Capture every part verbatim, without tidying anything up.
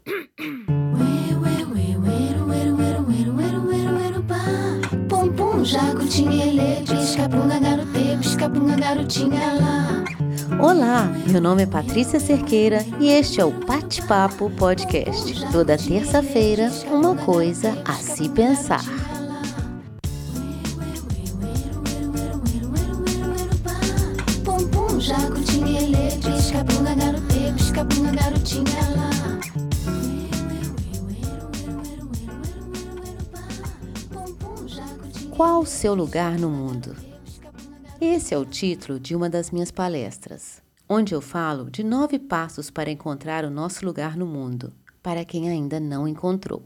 Pum pum, jacutinha, ele, pisca-punga, garote, pisca-punga, garotinha lá. Olá, meu nome é Patrícia Cerqueira e este é o Bate-Papo Podcast. Toda terça-feira, uma coisa a se pensar. Pum pum, jacutinha, ele, pisca-punga, garote, pisca-punga, garotinha lá. Qual o seu lugar no mundo? Esse é o título de uma das minhas palestras, onde eu falo de nove passos para encontrar o nosso lugar no mundo, para quem ainda não encontrou.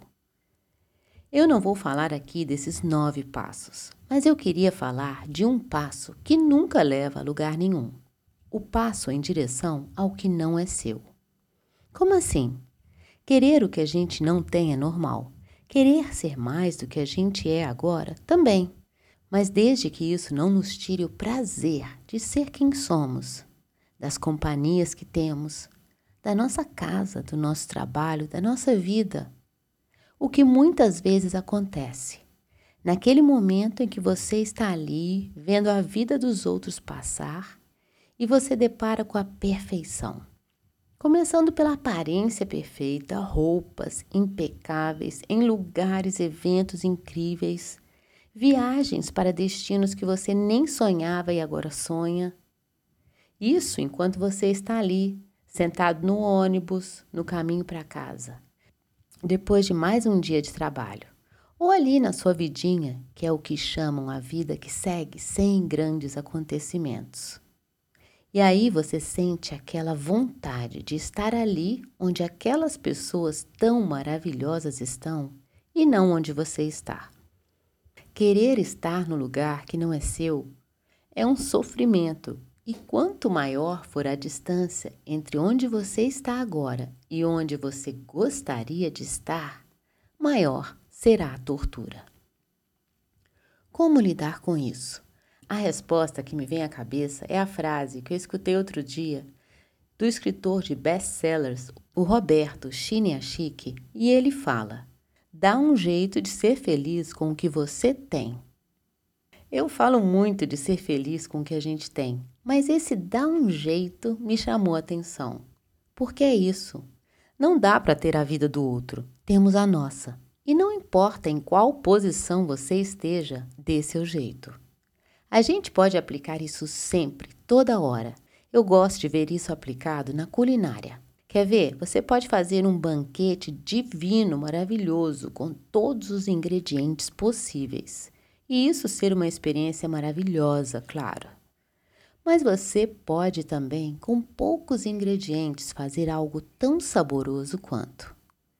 Eu não vou falar aqui desses nove passos, mas eu queria falar de um passo que nunca leva a lugar nenhum. O passo em direção ao que não é seu. Como assim? Querer o que a gente não tem é normal. Querer ser mais do que a gente é agora também. Mas desde que isso não nos tire o prazer de ser quem somos, das companhias que temos, da nossa casa, do nosso trabalho, da nossa vida. O que muitas vezes acontece, naquele momento em que você está ali, vendo a vida dos outros passar, e você depara com a perfeição. Começando pela aparência perfeita, roupas impecáveis, em lugares, eventos incríveis, viagens para destinos que você nem sonhava e agora sonha. Isso enquanto você está ali, sentado no ônibus, no caminho para casa, depois de mais um dia de trabalho, ou ali na sua vidinha, que é o que chamam a vida que segue sem grandes acontecimentos. E aí você sente aquela vontade de estar ali onde aquelas pessoas tão maravilhosas estão e não onde você está. Querer estar no lugar que não é seu é um sofrimento, e quanto maior for a distância entre onde você está agora e onde você gostaria de estar, maior será a tortura. Como lidar com isso? A resposta que me vem à cabeça é a frase que eu escutei outro dia do escritor de best-sellers, o Roberto Chiniachiki, e ele fala: dá um jeito de ser feliz com o que você tem. Eu falo muito de ser feliz com o que a gente tem, mas esse dá um jeito me chamou a atenção. Porque é isso. Não dá para ter a vida do outro, temos a nossa. E não importa em qual posição você esteja, dê seu jeito. A gente pode aplicar isso sempre, toda hora. Eu gosto de ver isso aplicado na culinária. Quer ver? Você pode fazer um banquete divino, maravilhoso, com todos os ingredientes possíveis. E isso ser uma experiência maravilhosa, claro. Mas você pode também, com poucos ingredientes, fazer algo tão saboroso quanto.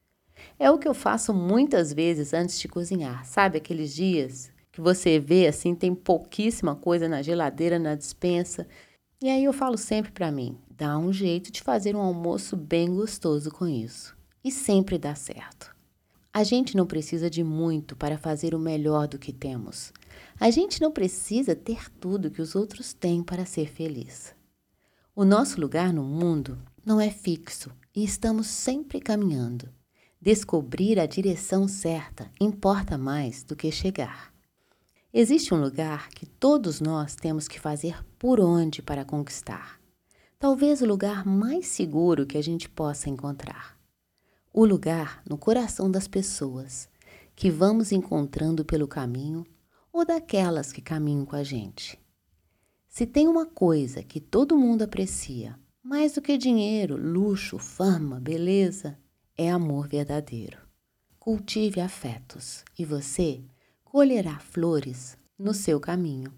É o que eu faço muitas vezes antes de cozinhar. Sabe aqueles dias que você vê assim, tem pouquíssima coisa na geladeira, na despensa? E aí eu falo sempre para mim, dá um jeito de fazer um almoço bem gostoso com isso. E sempre dá certo. A gente não precisa de muito para fazer o melhor do que temos. A gente não precisa ter tudo que os outros têm para ser feliz. O nosso lugar no mundo não é fixo e estamos sempre caminhando. Descobrir a direção certa importa mais do que chegar. Existe um lugar que todos nós temos que fazer por onde para conquistar. Talvez o lugar mais seguro que a gente possa encontrar. O lugar no coração das pessoas que vamos encontrando pelo caminho ou daquelas que caminham com a gente. Se tem uma coisa que todo mundo aprecia, mais do que dinheiro, luxo, fama, beleza, é amor verdadeiro. Cultive afetos e você colherá flores no seu caminho.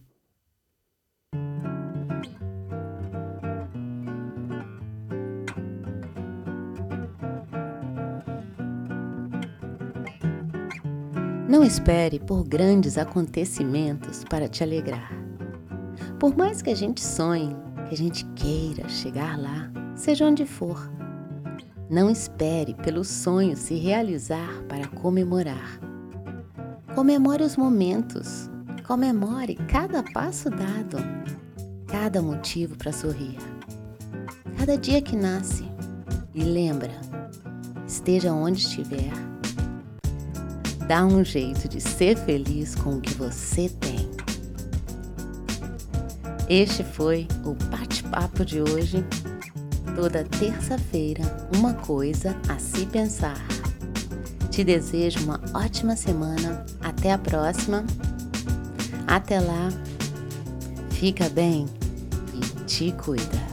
Não espere por grandes acontecimentos para te alegrar. Por mais que a gente sonhe, que a gente queira chegar lá, seja onde for, não espere pelo sonho se realizar para comemorar. Comemore os momentos, comemore cada passo dado, cada motivo para sorrir, cada dia que nasce. E lembra, esteja onde estiver, dá um jeito de ser feliz com o que você tem. Este foi o bate-papo de hoje. Toda terça-feira, uma coisa a se pensar. Te desejo uma ótima semana. Até a próxima. Até lá. Fica bem e te cuida.